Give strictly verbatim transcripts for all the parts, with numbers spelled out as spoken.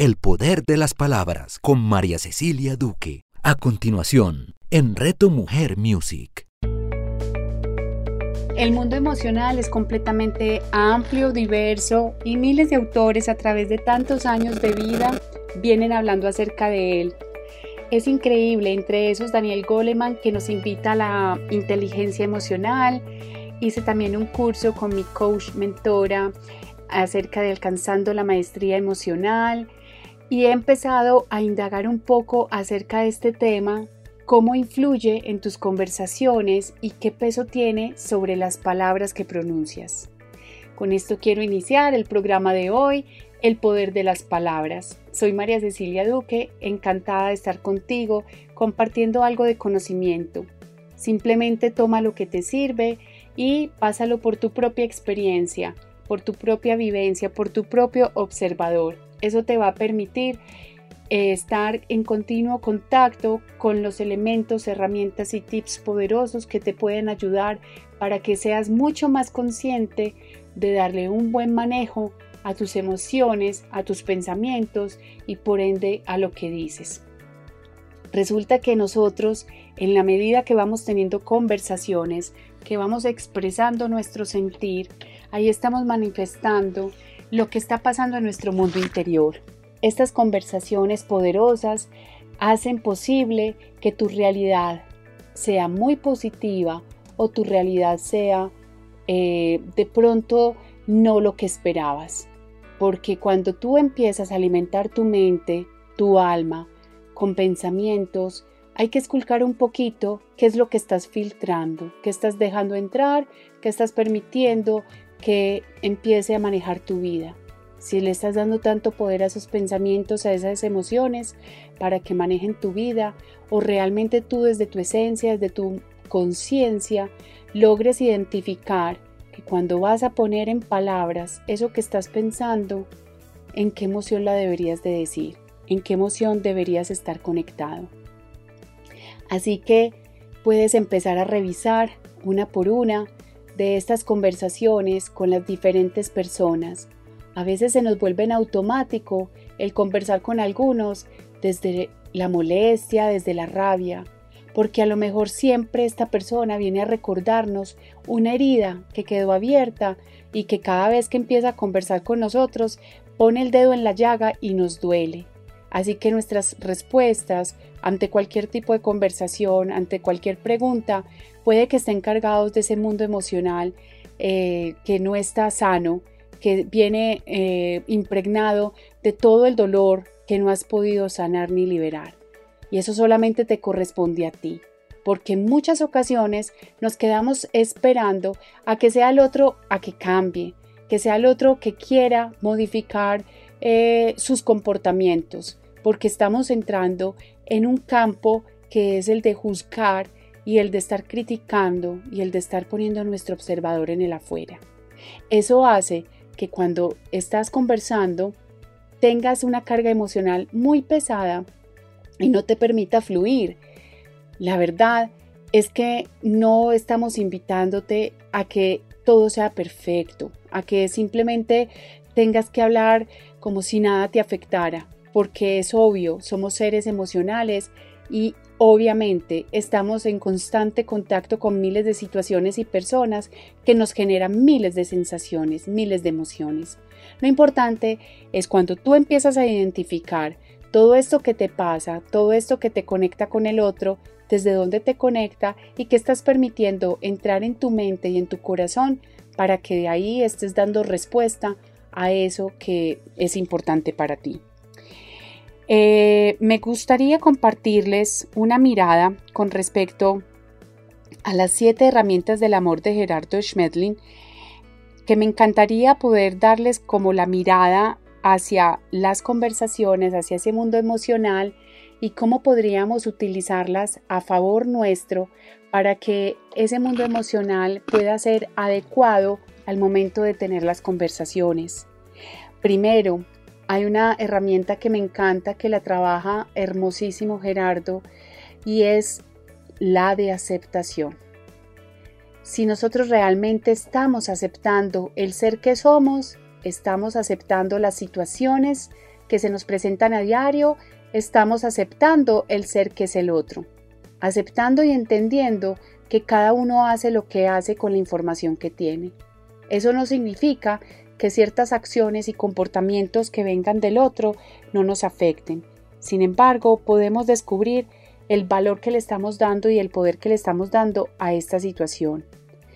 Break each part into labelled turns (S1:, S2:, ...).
S1: El poder de las palabras con María Cecilia Duque. A continuación, en Reto Mujer Music.
S2: El mundo emocional es completamente amplio, diverso y miles de autores a través de tantos años de vida vienen hablando acerca de él. Es increíble, entre esos Daniel Goleman, que nos invita a la inteligencia emocional. Hice también un curso con mi coach mentora acerca de alcanzando la maestría emocional y he empezado a indagar un poco acerca de este tema, cómo influye en tus conversaciones y qué peso tiene sobre las palabras que pronuncias. Con esto quiero iniciar el programa de hoy, El poder de las palabras. Soy María Cecilia Duque, encantada de estar contigo compartiendo algo de conocimiento. Simplemente toma lo que te sirve y pásalo por tu propia experiencia, por tu propia vivencia, por tu propio observador. Eso te va a permitir eh, estar en continuo contacto con los elementos, herramientas y tips poderosos que te pueden ayudar para que seas mucho más consciente de darle un buen manejo a tus emociones, a tus pensamientos y por ende a lo que dices. Resulta que nosotros, en la medida que vamos teniendo conversaciones, que vamos expresando nuestro sentir, ahí estamos manifestando lo que está pasando en nuestro mundo interior. Estas conversaciones poderosas hacen posible que tu realidad sea muy positiva o tu realidad sea eh, de pronto no lo que esperabas. Porque cuando tú empiezas a alimentar tu mente, tu alma, con pensamientos, hay que esculcar un poquito qué es lo que estás filtrando, qué estás dejando entrar, qué estás permitiendo que empiece a manejar tu vida. Si le estás dando tanto poder a esos pensamientos, a esas emociones, para que manejen tu vida, o realmente tú desde tu esencia, desde tu conciencia, logres identificar que cuando vas a poner en palabras eso que estás pensando, en qué emoción la deberías de decir, en qué emoción deberías estar conectado. Así que puedes empezar a revisar una por una de estas conversaciones con las diferentes personas. A veces se nos vuelve en automático el conversar con algunos desde la molestia, desde la rabia, porque a lo mejor siempre esta persona viene a recordarnos una herida que quedó abierta y que cada vez que empieza a conversar con nosotros pone el dedo en la llaga y nos duele. Así que nuestras respuestas ante cualquier tipo de conversación, ante cualquier pregunta, puede que estén cargados de ese mundo emocional eh, que no está sano, que viene eh, impregnado de todo el dolor que no has podido sanar ni liberar. Y eso solamente te corresponde a ti, porque en muchas ocasiones nos quedamos esperando a que sea el otro a que cambie, que sea el otro que quiera modificar eh, sus comportamientos, porque estamos entrando en un campo que es el de juzgar y el de estar criticando y el de estar poniendo a nuestro observador en el afuera. Eso hace que cuando estás conversando tengas una carga emocional muy pesada y no te permita fluir. La verdad es que no estamos invitándote a que todo sea perfecto, a que simplemente tengas que hablar como si nada te afectara, porque es obvio, somos seres emocionales y obviamente estamos en constante contacto con miles de situaciones y personas que nos generan miles de sensaciones, miles de emociones. Lo importante es cuando tú empiezas a identificar todo esto que te pasa, todo esto que te conecta con el otro, desde dónde te conecta y que estás permitiendo entrar en tu mente y en tu corazón para que de ahí estés dando respuesta a eso que es importante para ti. Eh, me gustaría compartirles una mirada con respecto a las siete herramientas del amor de Gerardo Schmedlin, que me encantaría poder darles como la mirada hacia las conversaciones, hacia ese mundo emocional y cómo podríamos utilizarlas a favor nuestro para que ese mundo emocional pueda ser adecuado al momento de tener las conversaciones. Primero, hay una herramienta que me encanta, que la trabaja hermosísimo Gerardo, y es la de aceptación. Si nosotros realmente estamos aceptando el ser que somos, estamos aceptando las situaciones que se nos presentan a diario, estamos aceptando el ser que es el otro, aceptando y entendiendo que cada uno hace lo que hace con la información que tiene. Eso no significa que ciertas acciones y comportamientos que vengan del otro no nos afecten. Sin embargo, podemos descubrir el valor que le estamos dando y el poder que le estamos dando a esta situación.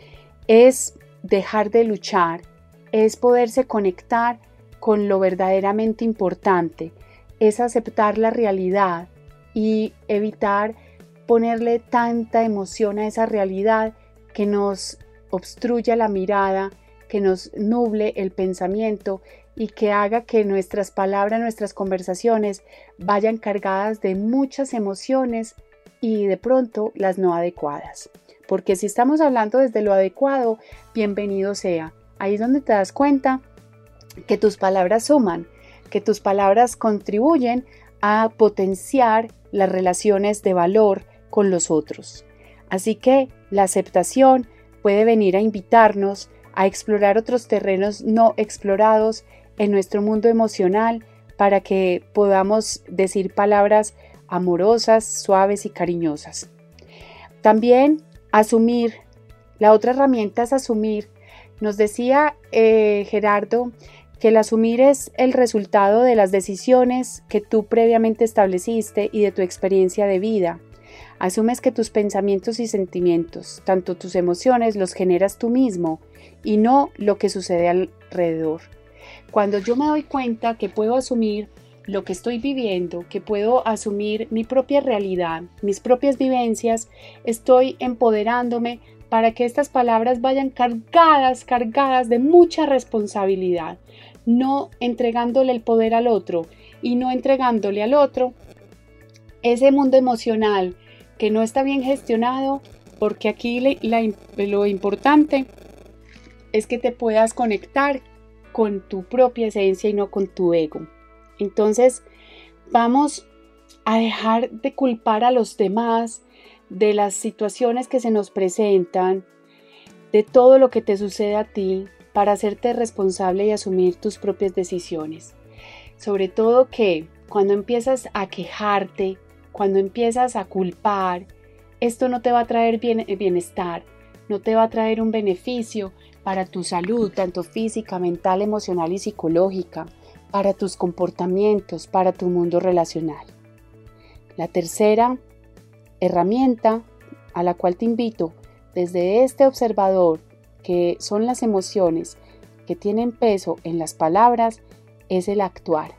S2: Es dejar de luchar, es poderse conectar con lo verdaderamente importante, es aceptar la realidad y evitar ponerle tanta emoción a esa realidad que nos obstruya la mirada, que nos nuble el pensamiento y que haga que nuestras palabras, nuestras conversaciones vayan cargadas de muchas emociones y de pronto las no adecuadas. Porque si estamos hablando desde lo adecuado, bienvenido sea. Ahí es donde te das cuenta que tus palabras suman, que tus palabras contribuyen a potenciar las relaciones de valor con los otros. Así que la aceptación puede venir a invitarnos a explorar otros terrenos no explorados en nuestro mundo emocional para que podamos decir palabras amorosas, suaves y cariñosas. También asumir, la otra herramienta es asumir. Nos decía eh, Gerardo que el asumir es el resultado de las decisiones que tú previamente estableciste y de tu experiencia de vida. Asumes que tus pensamientos y sentimientos, tanto tus emociones, los generas tú mismo y no lo que sucede alrededor. Cuando yo me doy cuenta que puedo asumir lo que estoy viviendo, que puedo asumir mi propia realidad, mis propias vivencias, estoy empoderándome para que estas palabras vayan cargadas, cargadas de mucha responsabilidad, no entregándole el poder al otro y no entregándole al otro ese mundo emocional que no está bien gestionado, porque aquí la, la, lo importante es que te puedas conectar con tu propia esencia y no con tu ego. Entonces vamos a dejar de culpar a los demás de las situaciones que se nos presentan, de todo lo que te sucede a ti, para hacerte responsable y asumir tus propias decisiones. Sobre todo que cuando empiezas a quejarte, cuando empiezas a culpar, esto no te va a traer bien, bienestar, no te va a traer un beneficio para tu salud, tanto física, mental, emocional y psicológica, para tus comportamientos, para tu mundo relacional. La tercera herramienta a la cual te invito desde este observador, que son las emociones que tienen peso en las palabras, es el actuar.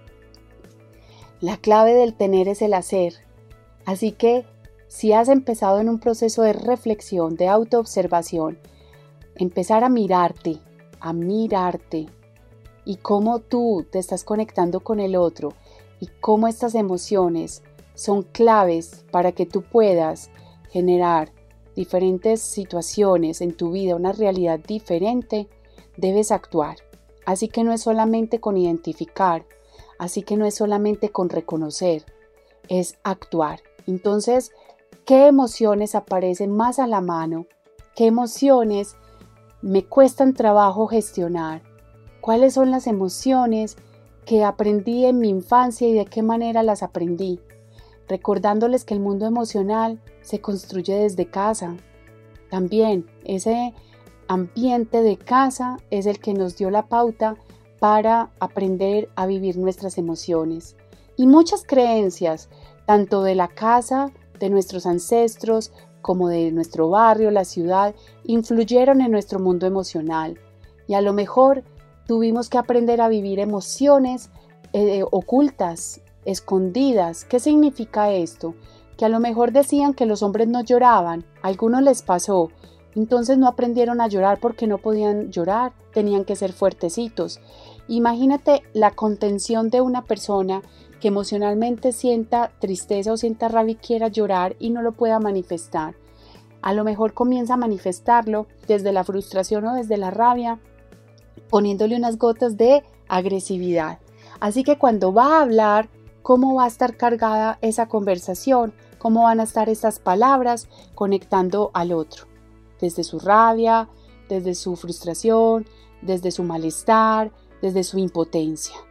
S2: La clave del tener es el hacer. Así que si has empezado en un proceso de reflexión, de autoobservación, empezar a mirarte, a mirarte y cómo tú te estás conectando con el otro y cómo estas emociones son claves para que tú puedas generar diferentes situaciones en tu vida, una realidad diferente, debes actuar. Así que no es solamente con identificar, así que no es solamente con reconocer, es actuar. Entonces, ¿qué emociones aparecen más a la mano? ¿Qué emociones me cuestan trabajo gestionar? ¿Cuáles son las emociones que aprendí en mi infancia y de qué manera las aprendí? Recordándoles que el mundo emocional se construye desde casa. También ese ambiente de casa es el que nos dio la pauta para aprender a vivir nuestras emociones. Y muchas creencias, tanto de la casa, de nuestros ancestros, como de nuestro barrio, la ciudad, influyeron en nuestro mundo emocional. Y a lo mejor tuvimos que aprender a vivir emociones eh, ocultas, escondidas. ¿Qué significa esto? Que a lo mejor decían que los hombres no lloraban, a algunos les pasó, entonces no aprendieron a llorar porque no podían llorar, tenían que ser fuertecitos. Imagínate la contención de una persona que emocionalmente sienta tristeza o sienta rabia y quiera llorar y no lo pueda manifestar. A lo mejor comienza a manifestarlo desde la frustración o desde la rabia, poniéndole unas gotas de agresividad. Así que cuando va a hablar, ¿cómo va a estar cargada esa conversación? ¿Cómo van a estar estas palabras conectando al otro? Desde su rabia, desde su frustración, desde su malestar, desde su impotencia.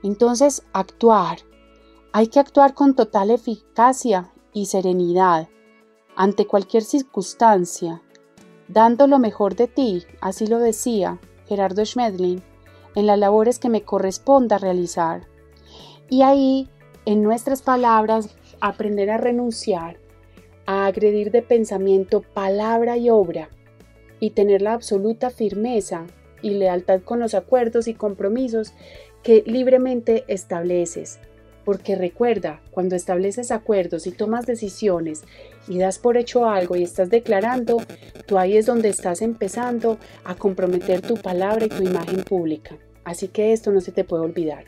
S2: Entonces, actuar. Hay que actuar con total eficacia y serenidad ante cualquier circunstancia, dando lo mejor de ti, así lo decía Gerardo Schmedlin, en las labores que me corresponda realizar. Y ahí, en nuestras palabras, aprender a renunciar, a agredir de pensamiento, palabra y obra, y tener la absoluta firmeza y lealtad con los acuerdos y compromisos que libremente estableces. Porque recuerda, cuando estableces acuerdos y tomas decisiones y das por hecho algo y estás declarando, tú ahí es donde estás empezando a comprometer tu palabra y tu imagen pública. Así que esto no se te puede olvidar.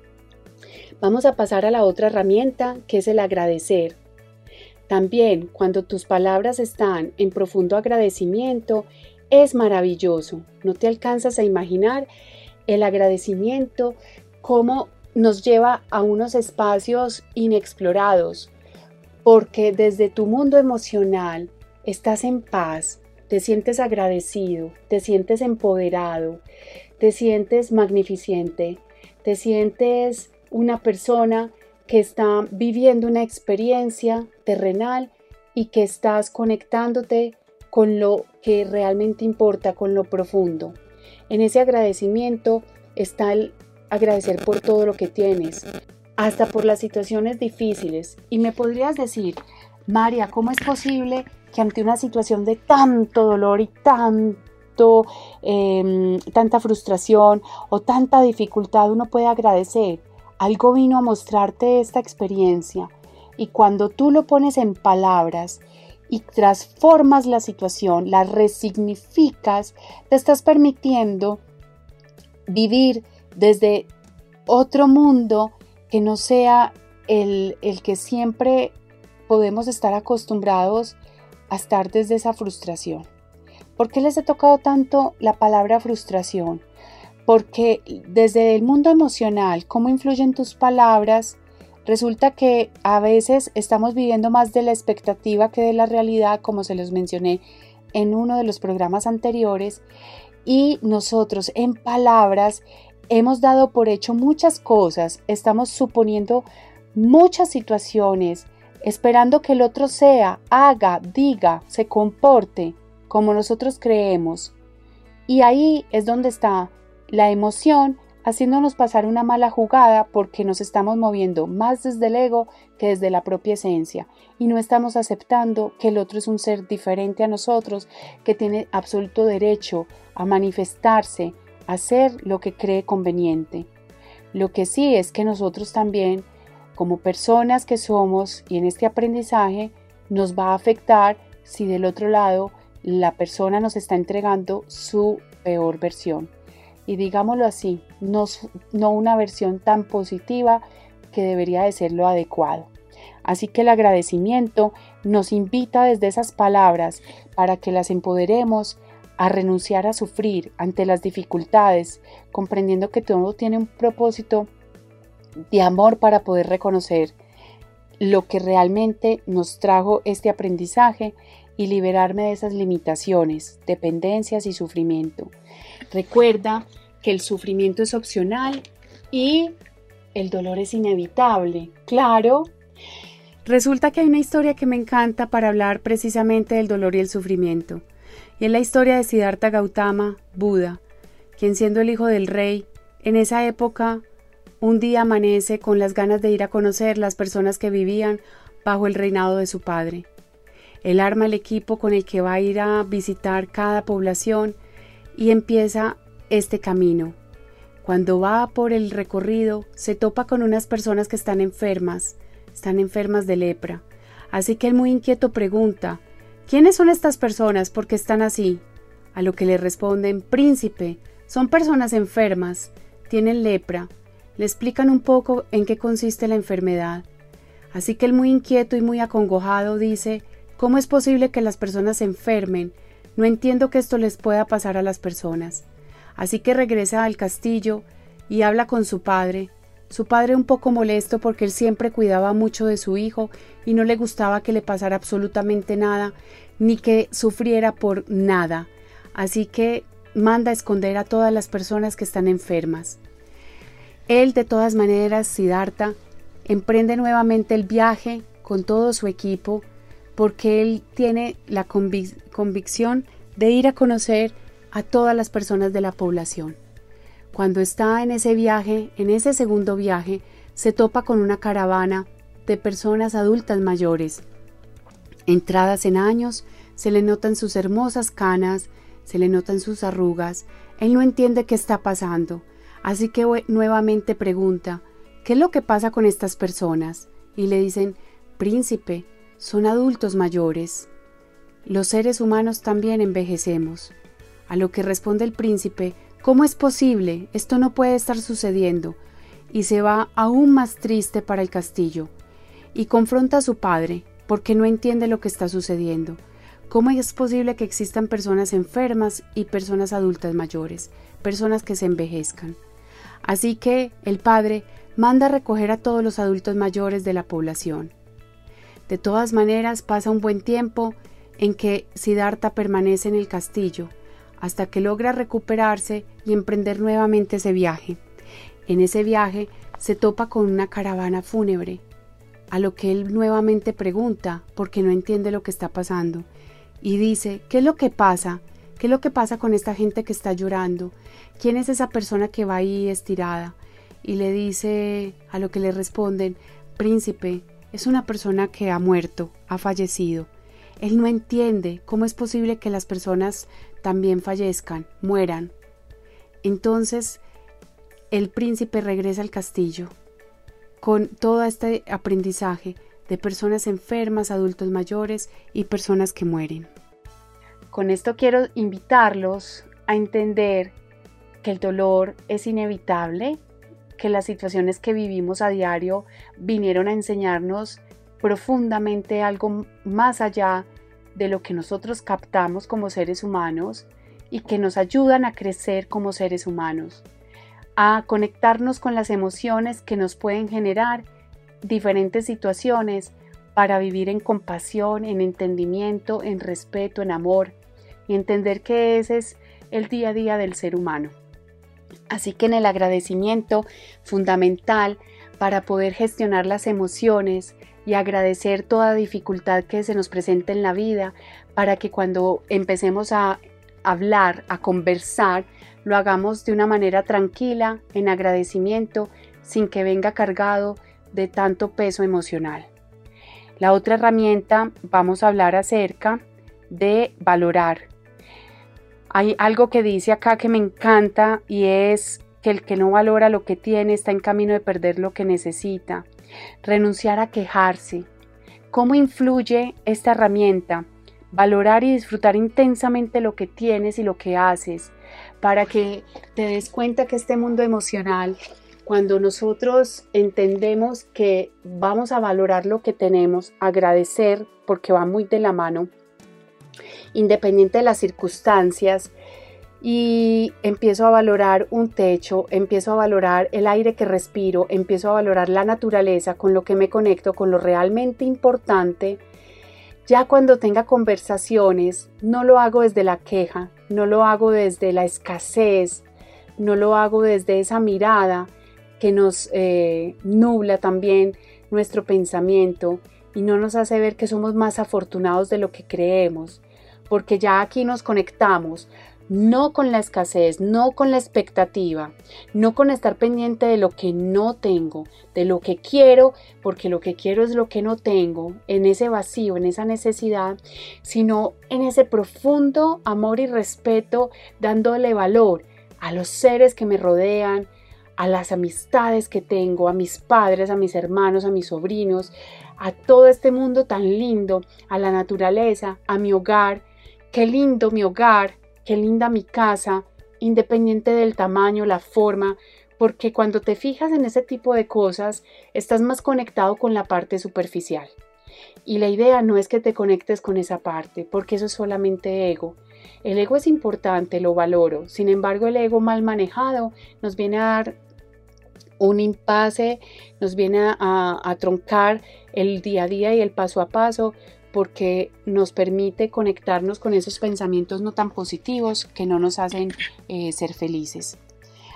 S2: Vamos a pasar a la otra herramienta, que es el agradecer. También, cuando tus palabras están en profundo agradecimiento, es maravilloso. No te alcanzas a imaginar el agradecimiento, cómo nos lleva a unos espacios inexplorados, porque desde tu mundo emocional estás en paz, te sientes agradecido, te sientes empoderado, te sientes magnificente, te sientes una persona que está viviendo una experiencia terrenal y que estás conectándote con lo que realmente importa, con lo profundo. En ese agradecimiento está el agradecer por todo lo que tienes, hasta por las situaciones difíciles. Y me podrías decir, María, ¿cómo es posible que ante una situación de tanto dolor y tanto, eh, tanta frustración o tanta dificultad uno pueda agradecer? Algo vino a mostrarte esta experiencia, y cuando tú lo pones en palabras y transformas la situación, la resignificas, te estás permitiendo vivir desde otro mundo que no sea el, el que siempre podemos estar acostumbrados a estar desde esa frustración. ¿Por qué les he tocado tanto la palabra frustración? Porque desde el mundo emocional, cómo influyen tus palabras, resulta que a veces estamos viviendo más de la expectativa que de la realidad, como se los mencioné en uno de los programas anteriores, y nosotros en palabras hemos dado por hecho muchas cosas, estamos suponiendo muchas situaciones, esperando que el otro sea, haga, diga, se comporte como nosotros creemos. Y ahí es donde está la emoción haciéndonos pasar una mala jugada, porque nos estamos moviendo más desde el ego que desde la propia esencia y no estamos aceptando que el otro es un ser diferente a nosotros, que tiene absoluto derecho a manifestarse, a hacer lo que cree conveniente. Lo que sí es que nosotros también, como personas que somos, y en este aprendizaje nos va a afectar si del otro lado la persona nos está entregando su peor versión. Y digámoslo así, no, no una versión tan positiva que debería de ser lo adecuado. Así que el agradecimiento nos invita desde esas palabras para que las empoderemos a renunciar a sufrir ante las dificultades, comprendiendo que todo tiene un propósito de amor para poder reconocer lo que realmente nos trajo este aprendizaje y liberarme de esas limitaciones, dependencias y sufrimiento. Recuerda que el sufrimiento es opcional y el dolor es inevitable. Claro. Resulta que hay una historia que me encanta para hablar precisamente del dolor y el sufrimiento. Y es la historia de Siddhartha Gautama, Buda, quien siendo el hijo del rey, en esa época, un día amanece con las ganas de ir a conocer las personas que vivían bajo el reinado de su padre. Él arma el equipo con el que va a ir a visitar cada población y empieza este camino. Cuando va por el recorrido, se topa con unas personas que están enfermas, están enfermas de lepra. Así que él muy inquieto pregunta, ¿quiénes son estas personas? ¿Por qué están así? A lo que le responden, príncipe, son personas enfermas, tienen lepra. Le explican un poco en qué consiste la enfermedad. Así que él muy inquieto y muy acongojado dice, ¿cómo es posible que las personas se enfermen? No entiendo que esto les pueda pasar a las personas. Así que regresa al castillo y habla con su padre. Su padre un poco molesto porque él siempre cuidaba mucho de su hijo y no le gustaba que le pasara absolutamente nada, ni que sufriera por nada. Así que manda a esconder a todas las personas que están enfermas. Él, de todas maneras, Siddhartha, emprende nuevamente el viaje con todo su equipo porque él tiene la convic- convicción de ir a conocer a todas las personas de la población. Cuando está en ese viaje, en ese segundo viaje, se topa con una caravana de personas adultas mayores. Entradas en años, se le notan sus hermosas canas, se le notan sus arrugas. Él no entiende qué está pasando, así que nuevamente pregunta, ¿qué es lo que pasa con estas personas? Y le dicen, príncipe, son adultos mayores. Los seres humanos también envejecemos. A lo que responde el príncipe, ¿cómo es posible? Esto no puede estar sucediendo. Y se va aún más triste para el castillo. Y confronta a su padre, porque no entiende lo que está sucediendo. ¿Cómo es posible que existan personas enfermas y personas adultas mayores, personas que se envejezcan? Así que el padre manda a recoger a todos los adultos mayores de la población. De todas maneras, pasa un buen tiempo en que Siddhartha permanece en el castillo, hasta que logra recuperarse y emprender nuevamente ese viaje. En ese viaje se topa con una caravana fúnebre, a lo que él nuevamente pregunta porque no entiende lo que está pasando, y dice, ¿qué es lo que pasa? ¿Qué es lo que pasa con esta gente que está llorando? ¿Quién es esa persona que va ahí estirada? Y le dice, a lo que le responden, príncipe, es una persona que ha muerto, ha fallecido. Él no entiende cómo es posible que las personas también fallezcan, mueran. Entonces, el príncipe regresa al castillo con todo este aprendizaje de personas enfermas, adultos mayores y personas que mueren. Con esto quiero invitarlos a entender que el dolor es inevitable, que las situaciones que vivimos a diario vinieron a enseñarnos profundamente algo más allá de lo que nosotros captamos como seres humanos y que nos ayudan a crecer como seres humanos, a conectarnos con las emociones que nos pueden generar diferentes situaciones para vivir en compasión, en entendimiento, en respeto, en amor y entender que ese es el día a día del ser humano. Así que en el agradecimiento fundamental para poder gestionar las emociones y agradecer toda dificultad que se nos presenta en la vida, para que cuando empecemos a hablar, a conversar, lo hagamos de una manera tranquila, en agradecimiento, sin que venga cargado de tanto peso emocional. La otra herramienta, vamos a hablar acerca de valorar. Hay algo que dice acá que me encanta y es que el que no valora lo que tiene está en camino de perder lo que necesita. Renunciar a quejarse. ¿Cómo influye esta herramienta? Valorar y disfrutar intensamente lo que tienes y lo que haces, para que te des cuenta que este mundo emocional, cuando nosotros entendemos que vamos a valorar lo que tenemos, agradecer, porque va muy de la mano, independiente de las circunstancias, y empiezo a valorar un techo, empiezo a valorar el aire que respiro, empiezo a valorar la naturaleza, con lo que me conecto, con lo realmente importante. Ya cuando tenga conversaciones, no lo hago desde la queja, no lo hago desde la escasez, no lo hago desde esa mirada que nos eh, nubla también nuestro pensamiento y no nos hace ver que somos más afortunados de lo que creemos, porque ya aquí nos conectamos no con la escasez, no con la expectativa, no con estar pendiente de lo que no tengo, de lo que quiero, porque lo que quiero es lo que no tengo, en ese vacío, en esa necesidad, sino en ese profundo amor y respeto, dándole valor a los seres que me rodean, a las amistades que tengo, a mis padres, a mis hermanos, a mis sobrinos, a todo este mundo tan lindo, a la naturaleza, a mi hogar. Qué lindo mi hogar, qué linda mi casa, independiente del tamaño, la forma, porque cuando te fijas en ese tipo de cosas, estás más conectado con la parte superficial. Y la idea no es que te conectes con esa parte, porque eso es solamente ego. El ego es importante, lo valoro. Sin embargo, el ego mal manejado nos viene a dar un impasse, nos viene a, a troncar el día a día y el paso a paso, porque nos permite conectarnos con esos pensamientos no tan positivos que no nos hacen eh, ser felices.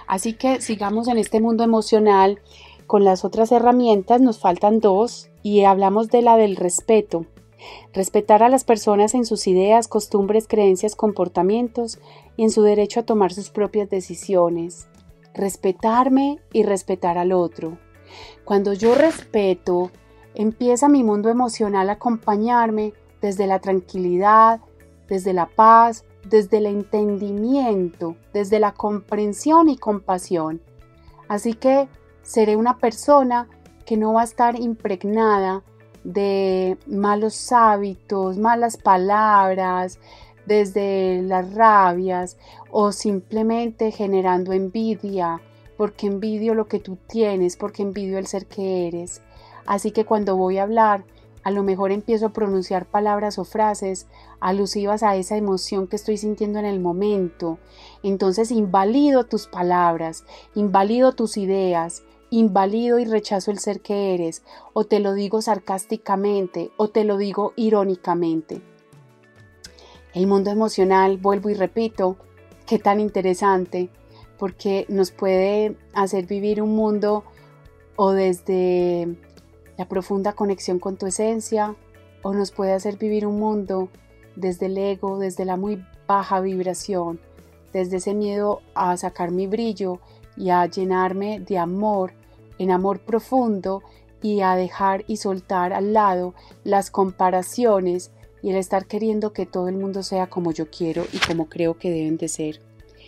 S2: Así que sigamos en este mundo emocional con las otras herramientas. Nos faltan dos y hablamos de la del respeto. Respetar a las personas en sus ideas, costumbres, creencias, comportamientos y en su derecho a tomar sus propias decisiones. Respetarme y respetar al otro. Cuando yo respeto, empieza mi mundo emocional a acompañarme desde la tranquilidad, desde la paz, desde el entendimiento, desde la comprensión y compasión. Así que seré una persona que no va a estar impregnada de malos hábitos, malas palabras, desde las rabias o simplemente generando envidia, porque envidio lo que tú tienes, porque envidio el ser que eres. Así que cuando voy a hablar, a lo mejor empiezo a pronunciar palabras o frases alusivas a esa emoción que estoy sintiendo en el momento. Entonces invalido tus palabras, invalido tus ideas, invalido y rechazo el ser que eres, o te lo digo sarcásticamente, o te lo digo irónicamente. El mundo emocional, vuelvo y repito, qué tan interesante, porque nos puede hacer vivir un mundo o desde la profunda conexión con tu esencia, o nos puede hacer vivir un mundo desde el ego, desde la muy baja vibración, desde ese miedo a sacar mi brillo y a llenarme de amor, en amor profundo, y a dejar y soltar al lado las comparaciones y el estar queriendo que todo el mundo sea como yo quiero y como creo que deben de ser.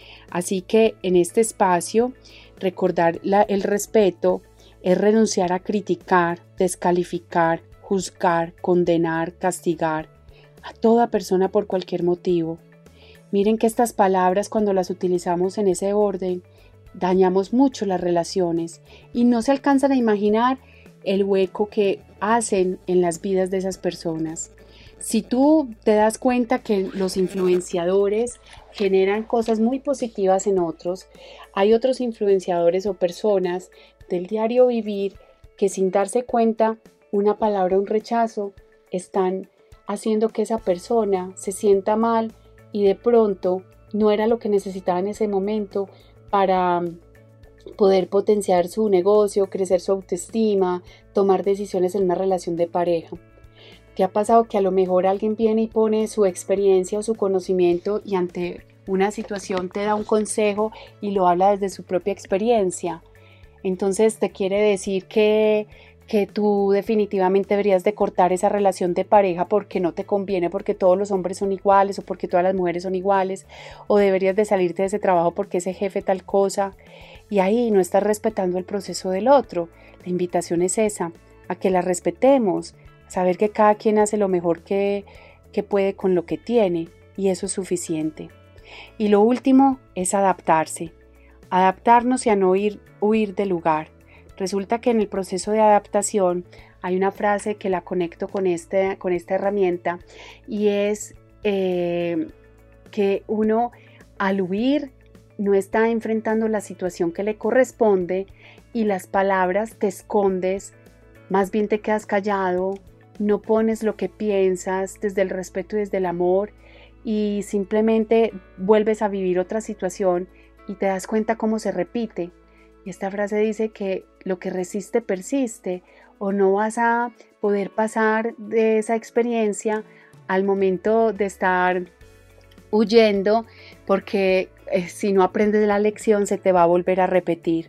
S2: Así que en este espacio, recordar la, el respeto es renunciar a criticar, descalificar, juzgar, condenar, castigar a toda persona por cualquier motivo. Miren que estas palabras, cuando las utilizamos en ese orden, dañamos mucho las relaciones y no se alcanzan a imaginar el hueco que hacen en las vidas de esas personas. Si tú te das cuenta que los influenciadores generan cosas muy positivas en otros, hay otros influenciadores o personas del diario vivir que sin darse cuenta, una palabra, un rechazo, están haciendo que esa persona se sienta mal y de pronto no era lo que necesitaba en ese momento para poder potenciar su negocio, crecer su autoestima, tomar decisiones en una relación de pareja. ¿Te ha pasado que a lo mejor alguien viene y pone su experiencia o su conocimiento y ante una situación te da un consejo y lo habla desde su propia experiencia? Entonces te quiere decir que, que tú definitivamente deberías de cortar esa relación de pareja porque no te conviene, porque todos los hombres son iguales o porque todas las mujeres son iguales, o deberías de salirte de ese trabajo porque ese jefe tal cosa, y ahí no estás respetando el proceso del otro. La invitación es esa, a que la respetemos, a saber que cada quien hace lo mejor que, que puede con lo que tiene, y eso es suficiente. Y lo último es adaptarse. Adaptarnos y a no ir, huir del lugar. Resulta que en el proceso de adaptación hay una frase que la conecto con, este, con esta herramienta y es eh, que uno al huir no está enfrentando la situación que le corresponde y las palabras te escondes, más bien te quedas callado, no pones lo que piensas desde el respeto y desde el amor y simplemente vuelves a vivir otra situación y te das cuenta cómo se repite. Y esta frase dice que lo que resiste persiste, o no vas a poder pasar de esa experiencia al momento de estar huyendo, porque eh, si no aprendes la lección se te va a volver a repetir.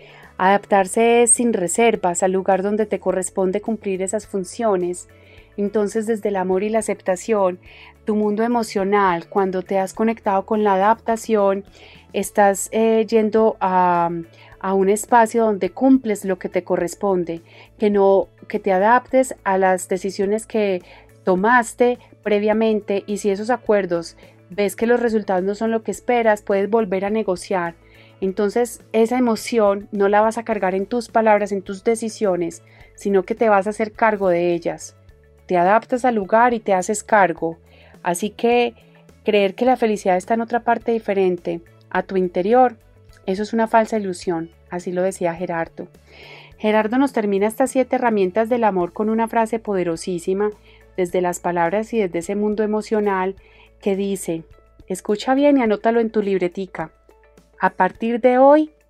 S2: Adaptarse es sin reservas al lugar donde te corresponde cumplir esas funciones. Entonces, desde el amor y la aceptación, tu mundo emocional, cuando te has conectado con la adaptación, estás eh, yendo a, a un espacio donde cumples lo que te corresponde, que no, que te adaptes a las decisiones que tomaste previamente, y si esos acuerdos ves que los resultados no son lo que esperas, puedes volver a negociar. Entonces, esa emoción no la vas a cargar en tus palabras, en tus decisiones, sino que te vas a hacer cargo de ellas. Te adaptas al lugar y te haces cargo. Así que creer que la felicidad está en otra parte diferente a tu interior, eso es una falsa ilusión, así lo decía Gerardo. Gerardo nos termina estas siete herramientas del amor con una frase poderosísima desde las palabras y desde ese mundo emocional que dice, escucha bien y anótalo en tu libretica. A partir de hoy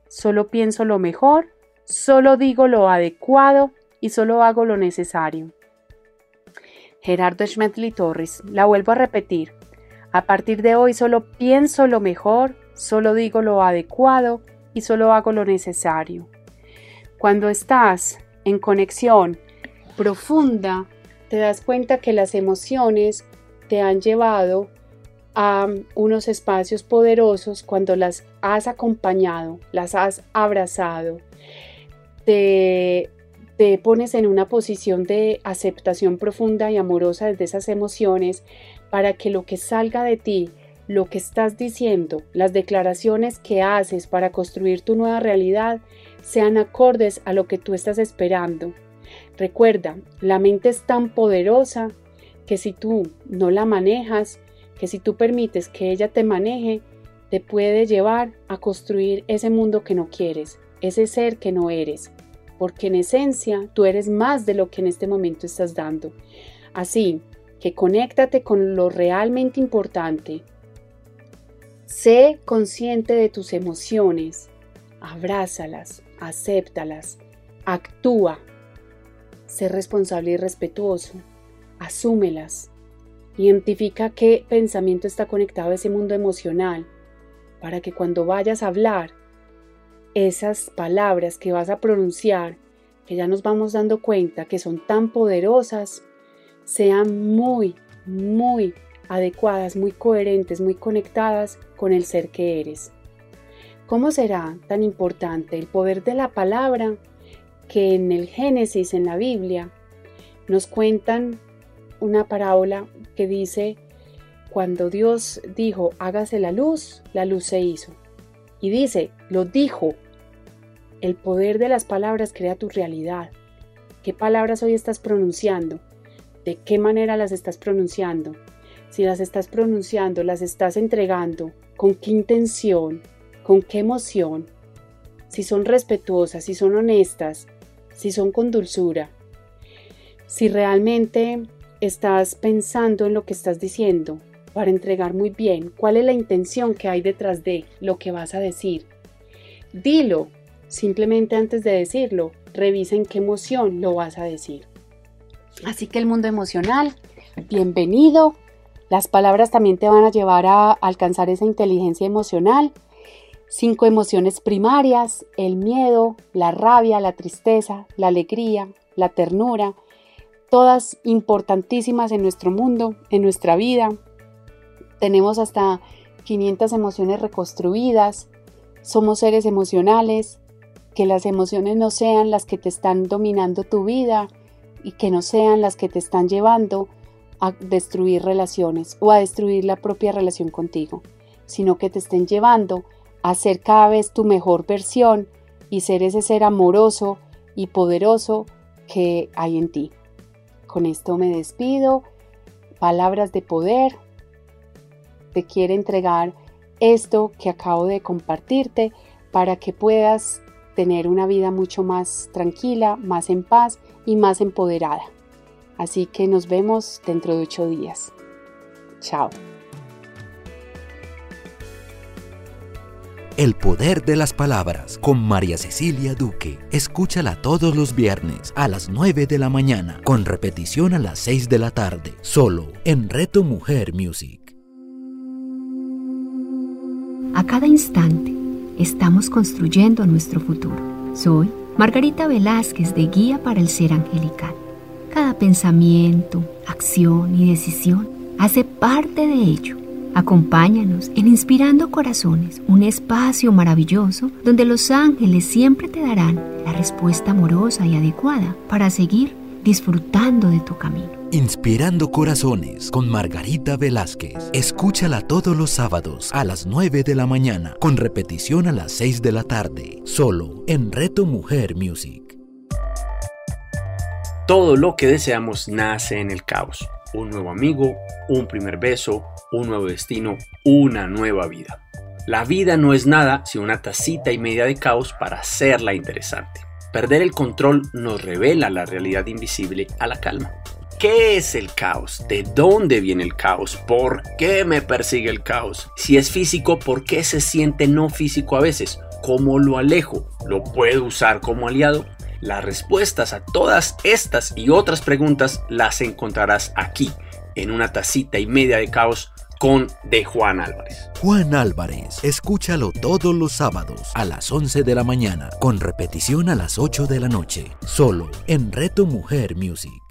S2: solo pienso lo mejor, solo digo lo adecuado y solo hago lo necesario. Gerardo Schmetli Torres, la vuelvo a repetir. A partir de hoy solo pienso lo mejor, solo digo lo adecuado y solo hago lo necesario. Cuando estás en conexión profunda, te das cuenta que las emociones te han llevado a unos espacios poderosos cuando las has acompañado, las has abrazado, te, te pones en una posición de aceptación profunda y amorosa desde esas emociones para que lo que salga de ti, lo que estás diciendo, las declaraciones que haces para construir tu nueva realidad sean acordes a lo que tú estás esperando. Recuerda, la mente es tan poderosa que si tú no la manejas, que si tú permites que ella te maneje, te puede llevar a construir ese mundo que no quieres, ese ser que no eres, porque en esencia tú eres más de lo que en este momento estás dando. Así que conéctate con lo realmente importante. Sé consciente de tus emociones, abrázalas, acéptalas, actúa, sé responsable y respetuoso, asúmelas. Identifica qué pensamiento está conectado a ese mundo emocional para que cuando vayas a hablar, esas palabras que vas a pronunciar, que ya nos vamos dando cuenta que son tan poderosas, sean muy, muy adecuadas, muy coherentes, muy conectadas con el ser que eres. ¿Cómo será tan importante el poder de la palabra que en el Génesis, en la Biblia, nos cuentan una parábola que dice, cuando Dios dijo, hágase la luz, la luz se hizo. Y dice, lo dijo. El poder de las palabras crea tu realidad. ¿Qué palabras hoy estás pronunciando? ¿De qué manera las estás pronunciando? Si las estás pronunciando, las estás entregando, ¿con qué intención? ¿Con qué emoción? Si son respetuosas, si son honestas, si son con dulzura. Si realmente estás pensando en lo que estás diciendo para entregar muy bien, ¿cuál es la intención que hay detrás de lo que vas a decir? Dilo, simplemente antes de decirlo, revisa en qué emoción lo vas a decir. Así que el mundo emocional, bienvenido. Las palabras también te van a llevar a alcanzar esa inteligencia emocional. Cinco emociones primarias: el miedo, la rabia, la tristeza, la alegría, la ternura, todas importantísimas en nuestro mundo, en nuestra vida. Tenemos hasta quinientas emociones reconstruidas. Somos seres emocionales. Que las emociones no sean las que te están dominando tu vida y que no sean las que te están llevando a destruir relaciones o a destruir la propia relación contigo, sino que te estén llevando a ser cada vez tu mejor versión y ser ese ser amoroso y poderoso que hay en ti. Con esto me despido. Palabras de poder. Te quiero entregar esto que acabo de compartirte para que puedas tener una vida mucho más tranquila, más en paz y más empoderada. Así que nos vemos dentro de ocho días. Chao.
S1: El poder de las palabras con María Cecilia Duque. Escúchala todos los viernes a las nueve de la mañana, con repetición a las seis de la tarde, solo en Reto Mujer Music.
S3: A cada instante estamos construyendo nuestro futuro. Soy Margarita Velázquez, de Guía para el Ser Angelical. Cada pensamiento, acción y decisión hace parte de ello. Acompáñanos en Inspirando Corazones, un espacio maravilloso donde los ángeles siempre te darán la respuesta amorosa y adecuada para seguir disfrutando de tu camino.
S1: Inspirando Corazones con Margarita Velázquez. Escúchala todos los sábados a las nueve de la mañana, con repetición a las seis de la tarde, solo en Reto Mujer Music.
S4: Todo lo que deseamos nace en el caos. Un nuevo amigo, un primer beso, un nuevo destino, una nueva vida. La vida no es nada sin una tacita y media de caos para hacerla interesante. Perder el control nos revela la realidad invisible a la calma. ¿Qué es el caos? ¿De dónde viene el caos? ¿Por qué me persigue el caos? Si es físico, ¿por qué se siente no físico a veces? ¿Cómo lo alejo? ¿Lo puedo usar como aliado? Las respuestas a todas estas y otras preguntas las encontrarás aquí, en una tacita y media de caos con de Juan Álvarez.
S1: Juan Álvarez, escúchalo todos los sábados a las once de la mañana, con repetición a las ocho de la noche, solo en Reto Mujer Music.